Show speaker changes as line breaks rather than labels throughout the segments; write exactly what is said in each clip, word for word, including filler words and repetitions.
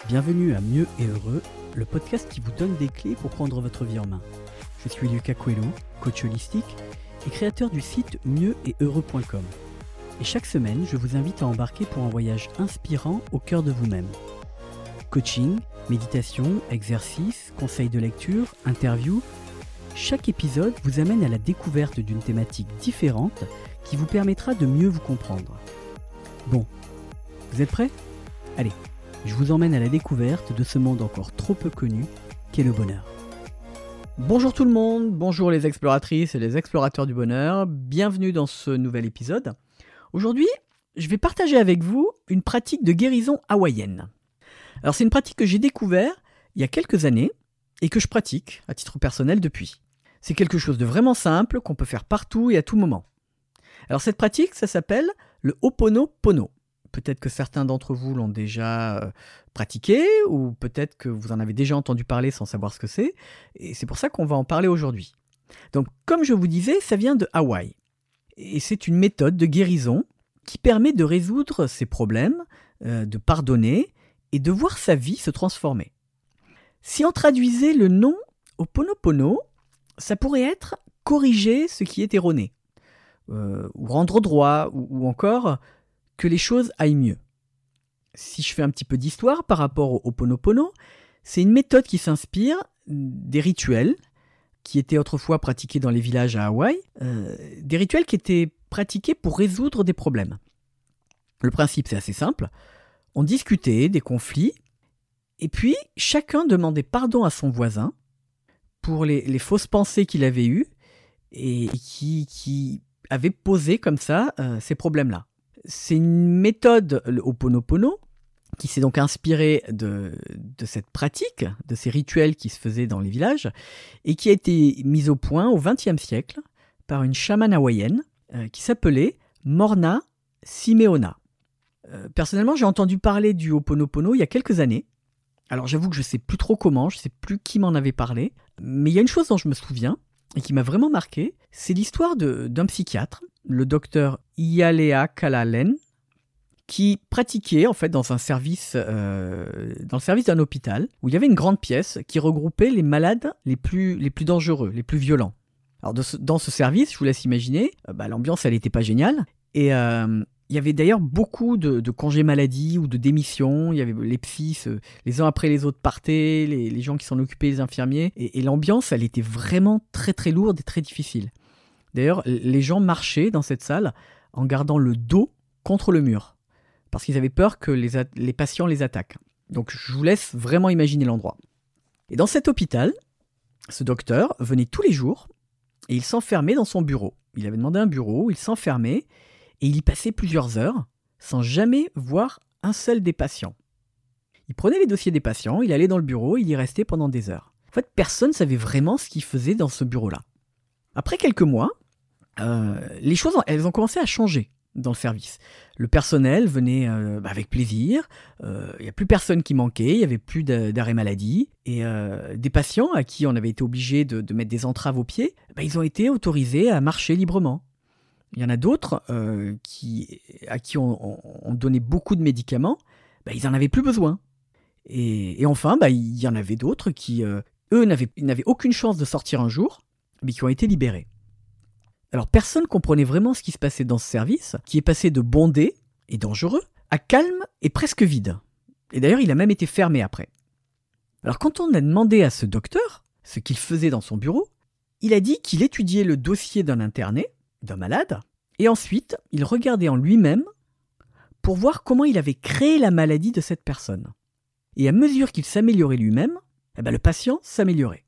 Bienvenue à Mieux et Heureux, le podcast qui vous donne des clés pour prendre votre vie en main. Je suis Lucas Coelho, coach holistique et créateur du site mieux et heureux point com. Et chaque semaine, je vous invite à embarquer pour un voyage inspirant au cœur de vous-même. Coaching, méditation, exercices, conseils de lecture, interviews, chaque épisode vous amène à la découverte d'une thématique différente qui vous permettra de mieux vous comprendre. Bon, vous êtes prêts ? Allez, je vous emmène à la découverte de ce monde encore trop peu connu qu'est le bonheur. Bonjour tout le monde, bonjour les exploratrices et les explorateurs du bonheur, bienvenue dans ce nouvel épisode. Aujourd'hui, je vais partager avec vous une pratique de guérison hawaïenne. Alors c'est une pratique que j'ai découvert il y a quelques années et que je pratique à titre personnel depuis. C'est quelque chose de vraiment simple qu'on peut faire partout et à tout moment. Alors cette pratique, ça s'appelle le Ho'oponopono. Peut-être que certains d'entre vous l'ont déjà euh, pratiqué ou peut-être que vous en avez déjà entendu parler sans savoir ce que c'est. Et c'est pour ça qu'on va en parler aujourd'hui. Donc comme je vous disais, ça vient de Hawaï. Et c'est une méthode de guérison qui permet de résoudre ses problèmes, euh, de pardonner et de voir sa vie se transformer. Si on traduisait le nom Ho'oponopono, ça pourrait être corriger ce qui est erroné, euh, ou rendre droit, ou, ou encore que les choses aillent mieux. Si je fais un petit peu d'histoire par rapport au Ho'oponopono, c'est une méthode qui s'inspire des rituels qui étaient autrefois pratiqués dans les villages à Hawaï, euh, des rituels qui étaient pratiqués pour résoudre des problèmes. Le principe, c'est assez simple. On discutait des conflits, et puis chacun demandait pardon à son voisin pour les, les fausses pensées qu'il avait eues et qui, qui avaient posé comme ça euh, ces problèmes-là. C'est une méthode, le Ho'oponopono, qui s'est donc inspirée de, de cette pratique, de ces rituels qui se faisaient dans les villages, et qui a été mise au point au vingtième siècle par une chamane hawaïenne euh, qui s'appelait Morna Simeona. Euh, personnellement, j'ai entendu parler du Ho'oponopono il y a quelques années. Alors j'avoue que je ne sais plus trop comment, je ne sais plus qui m'en avait parlé, mais il y a une chose dont je me souviens, et qui m'a vraiment marqué, c'est l'histoire de, d'un psychiatre, le docteur Ialeakalalen, qui pratiquait en fait dans un service, euh, dans le service d'un hôpital où il y avait une grande pièce qui regroupait les malades les plus, les plus dangereux, les plus violents. Alors de ce, dans ce service, je vous laisse imaginer, euh, bah, l'ambiance elle n'était pas géniale et euh, il y avait d'ailleurs beaucoup de, de congés maladie ou de démissions. Il y avait les psys, euh, les uns après les autres partaient, les, les gens qui s'en occupaient, les infirmiers, et, et l'ambiance elle était vraiment très très lourde et très difficile. D'ailleurs, les gens marchaient dans cette salle en gardant le dos contre le mur, parce qu'ils avaient peur que les, a- les patients les attaquent. Donc je vous laisse vraiment imaginer l'endroit. Et dans cet hôpital, ce docteur venait tous les jours et il s'enfermait dans son bureau. Il avait demandé un bureau, il s'enfermait et il y passait plusieurs heures sans jamais voir un seul des patients. Il prenait les dossiers des patients, il allait dans le bureau, il y restait pendant des heures. En fait, personne ne savait vraiment ce qu'il faisait dans ce bureau-là. Après quelques mois, euh, les choses elles ont commencé à changer dans le service. Le personnel venait euh, bah, avec plaisir, euh, il n'y a plus personne qui manquait, il n'y avait plus d'a- d'arrêt maladie, et euh, des patients à qui on avait été obligé de, de mettre des entraves aux pieds, bah, ils ont été autorisés à marcher librement. Il y en a d'autres euh, qui, à qui on, on, on donnait beaucoup de médicaments, bah, ils n'en avaient plus besoin. Et, et enfin, bah, il y en avait d'autres qui, euh, eux, n'avaient, n'avaient aucune chance de sortir un jour, mais qui ont été libérés. Alors personne ne comprenait vraiment ce qui se passait dans ce service, qui est passé de bondé et dangereux à calme et presque vide. Et d'ailleurs, il a même été fermé après. Alors quand on a demandé à ce docteur ce qu'il faisait dans son bureau, il a dit qu'il étudiait le dossier d'un interné, d'un malade, et ensuite il regardait en lui-même pour voir comment il avait créé la maladie de cette personne. Et à mesure qu'il s'améliorait lui-même, eh ben le patient s'améliorait.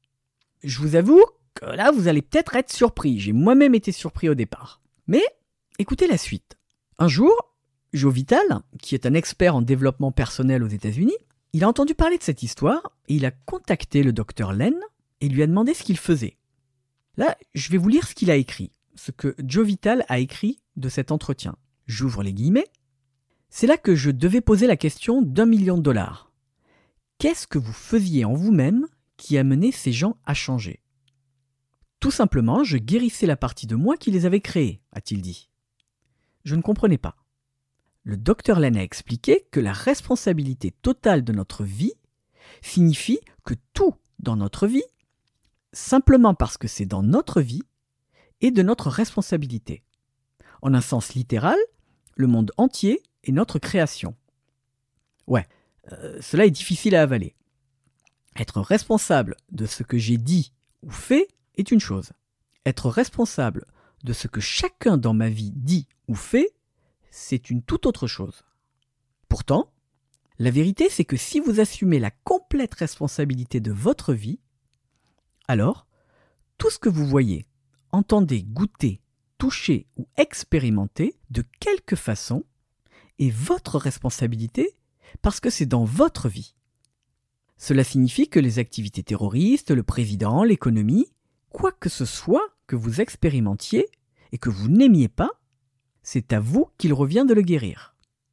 Je vous avoue que là, vous allez peut-être être surpris. J'ai moi-même été surpris au départ. Mais écoutez la suite. Un jour, Joe Vital, qui est un expert en développement personnel aux États-Unis, il a entendu parler de cette histoire et il a contacté le docteur Len et lui a demandé ce qu'il faisait. Là, je vais vous lire ce qu'il a écrit, ce que Joe Vital a écrit de cet entretien. J'ouvre les guillemets. C'est là que je devais poser la question d'un million de dollars. Qu'est-ce que vous faisiez en vous-même qui a mené ces gens à changer ? Tout simplement, je guérissais la partie de moi qui les avait créés, a-t-il dit. Je ne comprenais pas. Le docteur Len a expliqué que la responsabilité totale de notre vie signifie que tout dans notre vie, simplement parce que c'est dans notre vie, est de notre responsabilité. En un sens littéral, le monde entier est notre création. Ouais, euh, cela est difficile à avaler. Être responsable de ce que j'ai dit ou fait est une chose. Être responsable de ce que chacun dans ma vie dit ou fait, c'est une toute autre chose. Pourtant, la vérité, c'est que si vous assumez la complète responsabilité de votre vie, alors, tout ce que vous voyez, entendez, goûtez, touchez ou expérimentez de quelque façon est votre responsabilité parce que c'est dans votre vie. Cela signifie que les activités terroristes, le président, l'économie, quoi que ce soit que vous expérimentiez et que vous n'aimiez pas, c'est à vous qu'il revient de le guérir.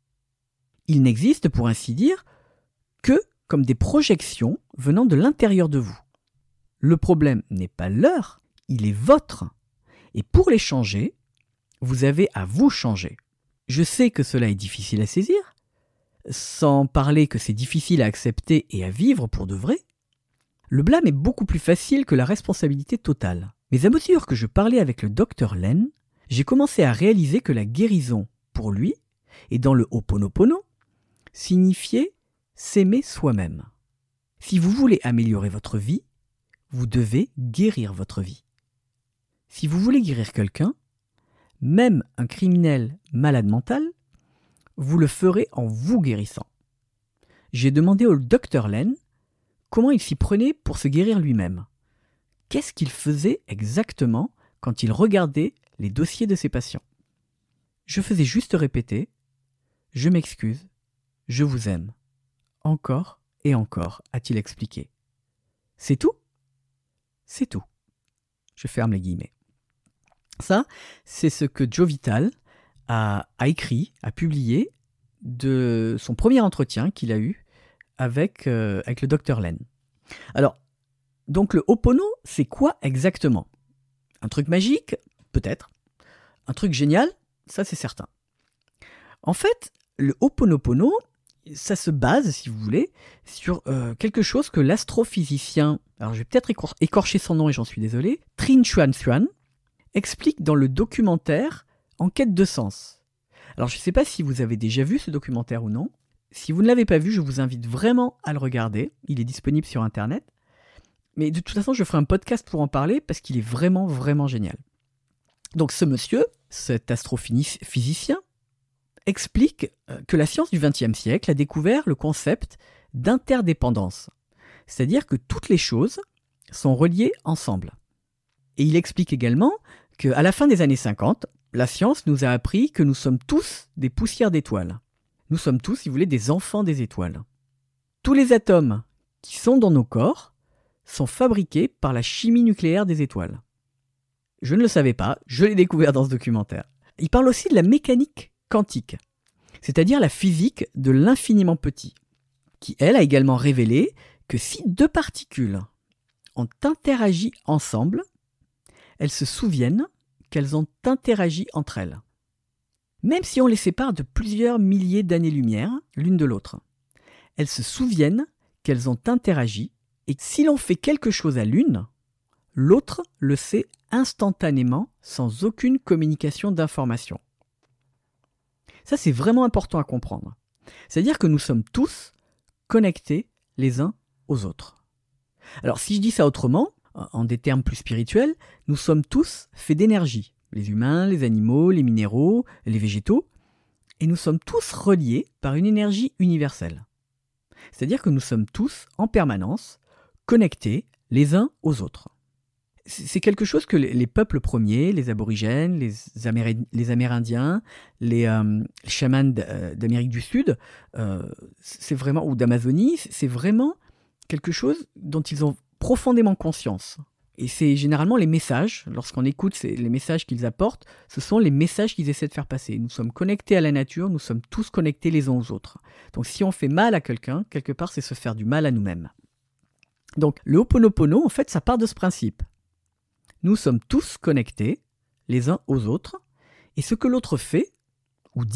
Il n'existe, pour ainsi dire, que comme des projections venant de l'intérieur de vous. Le problème n'est pas leur, il est votre. Et pour les changer, vous avez à vous changer. Je sais que cela est difficile à saisir, sans parler que c'est difficile à accepter et à vivre pour de vrai. Le blâme est beaucoup plus facile que la responsabilité totale. Mais à mesure que je parlais avec le docteur Len, j'ai commencé à réaliser que la guérison, pour lui, et dans le Ho'oponopono, signifiait s'aimer soi-même. Si vous voulez améliorer votre vie, vous devez guérir votre vie. Si vous voulez guérir quelqu'un, même un criminel malade mental, vous le ferez en vous guérissant. J'ai demandé au docteur Len comment il s'y prenait pour se guérir lui-même. Qu'est-ce qu'il faisait exactement quand il regardait les dossiers de ses patients? Je faisais juste répéter « Je m'excuse, je vous aime. » Encore et encore, a-t-il expliqué. C'est tout? C'est tout. Je ferme les guillemets. Ça, c'est ce que Joe Vitale a, a écrit, a publié de son premier entretien qu'il a eu avec, euh, avec le docteur Len. Alors, donc le Ho'opono, c'est quoi exactement? Un truc magique? Peut-être. Un truc génial? Ça, c'est certain. En fait, le Ho'oponopono, ça se base, si vous voulez, sur euh, quelque chose que l'astrophysicien, alors je vais peut-être écor- écorcher son nom et j'en suis désolé, Trinh Xuan Xuan, explique dans le documentaire En quête de sens. Alors je ne sais pas si vous avez déjà vu ce documentaire ou non. Si vous ne l'avez pas vu, je vous invite vraiment à le regarder. Il est disponible sur Internet. Mais de toute façon, je ferai un podcast pour en parler parce qu'il est vraiment, vraiment génial. Donc ce monsieur, cet astrophysicien, explique que la science du vingtième siècle a découvert le concept d'interdépendance. C'est-à-dire que toutes les choses sont reliées ensemble. Et il explique également qu'à la fin des années cinquante, la science nous a appris que nous sommes tous des poussières d'étoiles. Nous sommes tous, si vous voulez, des enfants des étoiles. Tous les atomes qui sont dans nos corps sont fabriqués par la chimie nucléaire des étoiles. Je ne le savais pas, je l'ai découvert dans ce documentaire. Il parle aussi de la mécanique quantique, c'est-à-dire la physique de l'infiniment petit, qui, elle, a également révélé que si deux particules ont interagi ensemble, elles se souviennent qu'elles ont interagi entre elles. Même si on les sépare de plusieurs milliers d'années-lumière l'une de l'autre, elles se souviennent qu'elles ont interagi et que si l'on fait quelque chose à l'une, l'autre le sait instantanément sans aucune communication d'information. Ça, c'est vraiment important à comprendre. C'est-à-dire que nous sommes tous connectés les uns aux autres. Alors, si je dis ça autrement, en des termes plus spirituels, nous sommes tous faits d'énergie. Les humains, les animaux, les minéraux, les végétaux. Et nous sommes tous reliés par une énergie universelle. C'est-à-dire que nous sommes tous, en permanence, connectés les uns aux autres. C'est quelque chose que les peuples premiers, les aborigènes, les, Améri- les Amérindiens, les euh, chamans d'Amérique du Sud, euh, c'est vraiment, ou d'Amazonie, c'est vraiment quelque chose dont ils ont profondément conscience. Et c'est généralement les messages, lorsqu'on écoute ces, les messages qu'ils apportent, ce sont les messages qu'ils essaient de faire passer. Nous sommes connectés à la nature, nous sommes tous connectés les uns aux autres. Donc si on fait mal à quelqu'un, quelque part c'est se faire du mal à nous-mêmes. Donc le Ho'oponopono, en fait, ça part de ce principe. Nous sommes tous connectés les uns aux autres, et ce que l'autre fait ou dit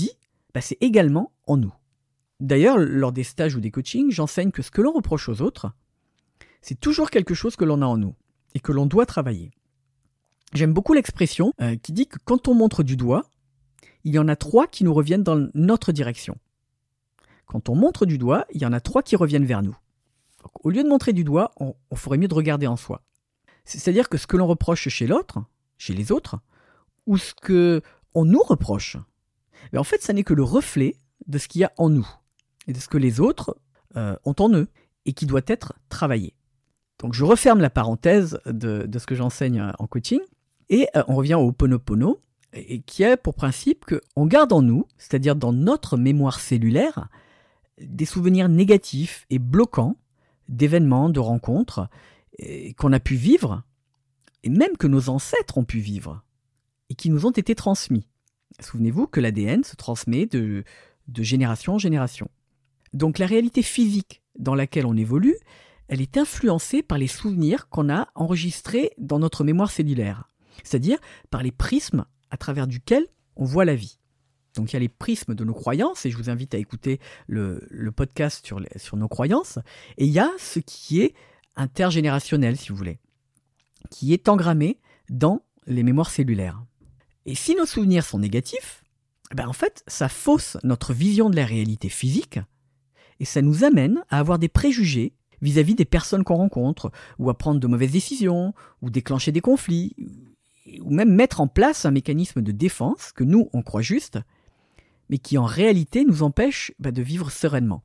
bah, c'est également en nous. D'ailleurs, lors des stages ou des coachings, j'enseigne que ce que l'on reproche aux autres, c'est toujours quelque chose que l'on a en nous et que l'on doit travailler. J'aime beaucoup l'expression euh, qui dit que quand on montre du doigt, il y en a trois qui nous reviennent dans notre direction. Quand on montre du doigt, il y en a trois qui reviennent vers nous. Donc, au lieu de montrer du doigt, on, on ferait mieux de regarder en soi. C'est-à-dire que ce que l'on reproche chez l'autre, chez les autres, ou ce qu'on nous reproche, mais en fait, ça n'est que le reflet de ce qu'il y a en nous et de ce que les autres euh, ont en eux et qui doit être travaillé. Donc je referme la parenthèse de, de ce que j'enseigne en coaching et euh, on revient au Ho'oponopono, et, et qui a pour principe qu'on garde en nous, c'est-à-dire dans notre mémoire cellulaire, des souvenirs négatifs et bloquants d'événements, de rencontres et, qu'on a pu vivre et même que nos ancêtres ont pu vivre et qui nous ont été transmis. Souvenez-vous que l'A D N se transmet de, de génération en génération. Donc la réalité physique dans laquelle on évolue, elle est influencée par les souvenirs qu'on a enregistrés dans notre mémoire cellulaire, c'est-à-dire par les prismes à travers duquel on voit la vie. Donc il y a les prismes de nos croyances, et je vous invite à écouter le, le podcast sur, les, sur nos croyances, et il y a ce qui est intergénérationnel, si vous voulez, qui est engrammé dans les mémoires cellulaires. Et si nos souvenirs sont négatifs, ben en fait, ça fausse notre vision de la réalité physique, et ça nous amène à avoir des préjugés vis-à-vis des personnes qu'on rencontre, ou à prendre de mauvaises décisions, ou déclencher des conflits, ou même mettre en place un mécanisme de défense que nous, on croit juste, mais qui en réalité nous empêche bah, de vivre sereinement.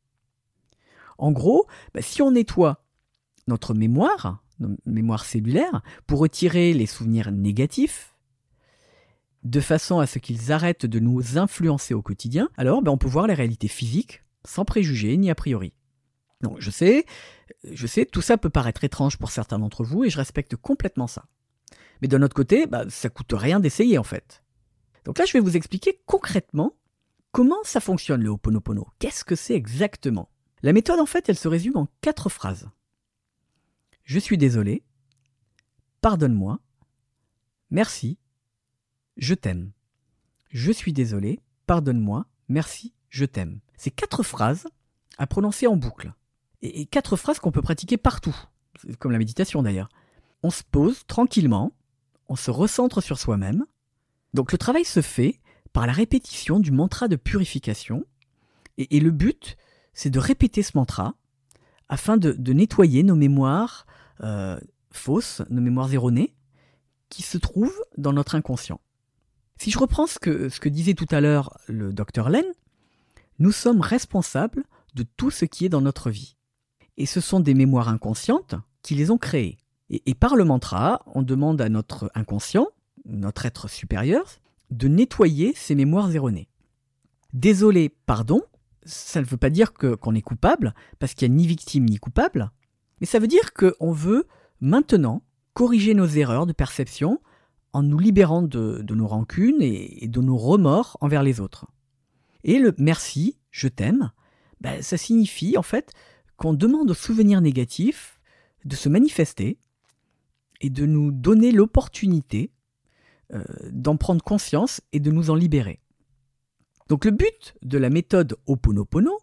En gros, bah, si on nettoie notre mémoire, notre mémoire cellulaire, pour retirer les souvenirs négatifs, de façon à ce qu'ils arrêtent de nous influencer au quotidien, alors bah, on peut voir les réalités physiques sans préjugés ni a priori. Donc je sais, je sais, tout ça peut paraître étrange pour certains d'entre vous et je respecte complètement ça. Mais d'un autre côté, bah, ça coûte rien d'essayer en fait. Donc là, je vais vous expliquer concrètement comment ça fonctionne le Ho'oponopono. Qu'est-ce que c'est exactement ? La méthode, en fait, elle se résume en quatre phrases. Je suis désolé, pardonne-moi, merci, je t'aime. Je suis désolé, pardonne-moi, merci, je t'aime. C'est quatre phrases à prononcer en boucle. Et quatre phrases qu'on peut pratiquer partout, comme la méditation d'ailleurs. On se pose tranquillement, on se recentre sur soi-même. Donc le travail se fait par la répétition du mantra de purification. Et, et le but, c'est de répéter ce mantra afin de, de nettoyer nos mémoires euh, fausses, nos mémoires erronées, qui se trouvent dans notre inconscient. Si je reprends ce que, ce que disait tout à l'heure le docteur Len, nous sommes responsables de tout ce qui est dans notre vie. Et ce sont des mémoires inconscientes qui les ont créées. Et, et par le mantra, on demande à notre inconscient, notre être supérieur, de nettoyer ces mémoires erronées. Désolé, pardon, ça ne veut pas dire que, qu'on est coupable, parce qu'il n'y a ni victime ni coupable, mais ça veut dire qu'on veut maintenant corriger nos erreurs de perception en nous libérant de, de nos rancunes et, et de nos remords envers les autres. Et le merci, je t'aime, ben, ça signifie en fait qu'on demande aux souvenirs négatifs de se manifester et de nous donner l'opportunité euh, d'en prendre conscience et de nous en libérer. Donc le but de la méthode Ho'oponopono,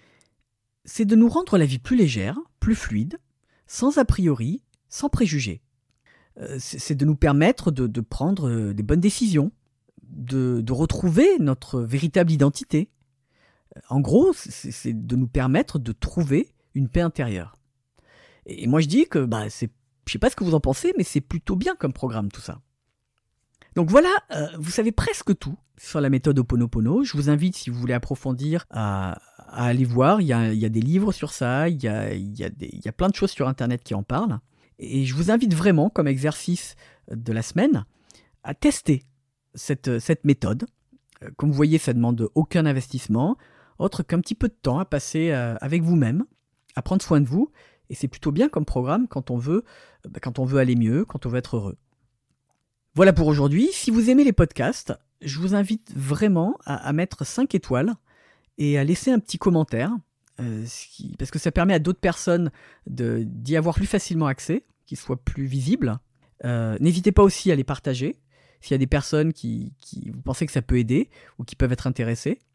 c'est de nous rendre la vie plus légère, plus fluide, sans a priori, sans préjugés. Euh, c'est, c'est de nous permettre de, de prendre des bonnes décisions, de, de retrouver notre véritable identité. En gros, c'est, c'est de nous permettre de trouver une paix intérieure. Et moi je dis que, bah, c'est, je sais pas ce que vous en pensez, mais c'est plutôt bien comme programme tout ça. Donc voilà, euh, vous savez presque tout sur la méthode Ho'oponopono. Je vous invite, si vous voulez approfondir, à, à aller voir. Il y a, il y a des livres sur ça, il y a, il y a des, il y a plein de choses sur Internet qui en parlent. Et je vous invite vraiment, comme exercice de la semaine, à tester cette, cette méthode. Comme vous voyez, ça ne demande aucun investissement, autre qu'un petit peu de temps à passer euh, avec vous-même, à prendre soin de vous. Et c'est plutôt bien comme programme quand on veut, bah, quand on veut aller mieux, quand on veut être heureux. Voilà pour aujourd'hui. Si vous aimez les podcasts, je vous invite vraiment à, à mettre cinq étoiles et à laisser un petit commentaire, euh, ce qui, parce que ça permet à d'autres personnes de, d'y avoir plus facilement accès, qu'ils soient plus visibles. Euh, n'hésitez pas aussi à les partager, s'il y a des personnes qui, qui vous pensez que ça peut aider ou qui peuvent être intéressées.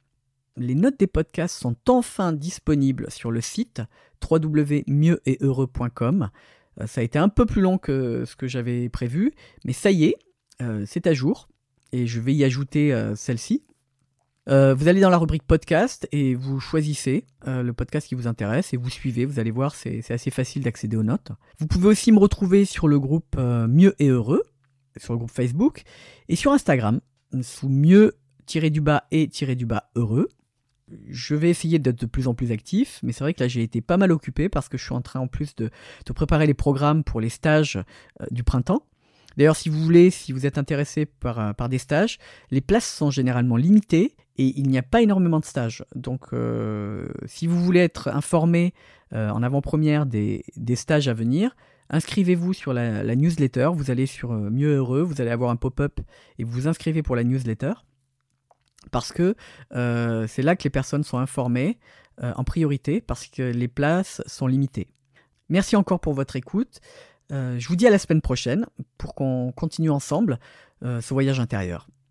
Les notes des podcasts sont enfin disponibles sur le site w w w point mieux et heureux point com. Euh, ça a été un peu plus long que ce que j'avais prévu, mais ça y est, euh, c'est à jour et je vais y ajouter euh, celle-ci. Euh, vous allez dans la rubrique podcast et vous choisissez euh, le podcast qui vous intéresse et vous suivez, vous allez voir, c'est, c'est assez facile d'accéder aux notes. Vous pouvez aussi me retrouver sur le groupe euh, Mieux et Heureux, sur le groupe Facebook et sur Instagram, sous mieux-du-bas et-du-bas heureux. Je vais essayer d'être de plus en plus actif, mais c'est vrai que là j'ai été pas mal occupé parce que je suis en train en plus de, de préparer les programmes pour les stages euh, du printemps. D'ailleurs, si vous voulez, si vous êtes intéressé par, par des stages, les places sont généralement limitées et il n'y a pas énormément de stages. Donc, euh, si vous voulez être informé euh, en avant-première des, des stages à venir, inscrivez-vous sur la, la newsletter. Vous allez sur euh, Mieux Heureux, vous allez avoir un pop-up et vous vous inscrivez pour la newsletter. Parce que euh, c'est là que les personnes sont informées euh, en priorité, parce que les places sont limitées. Merci encore pour votre écoute. Euh, je vous dis à la semaine prochaine pour qu'on continue ensemble euh, ce voyage intérieur.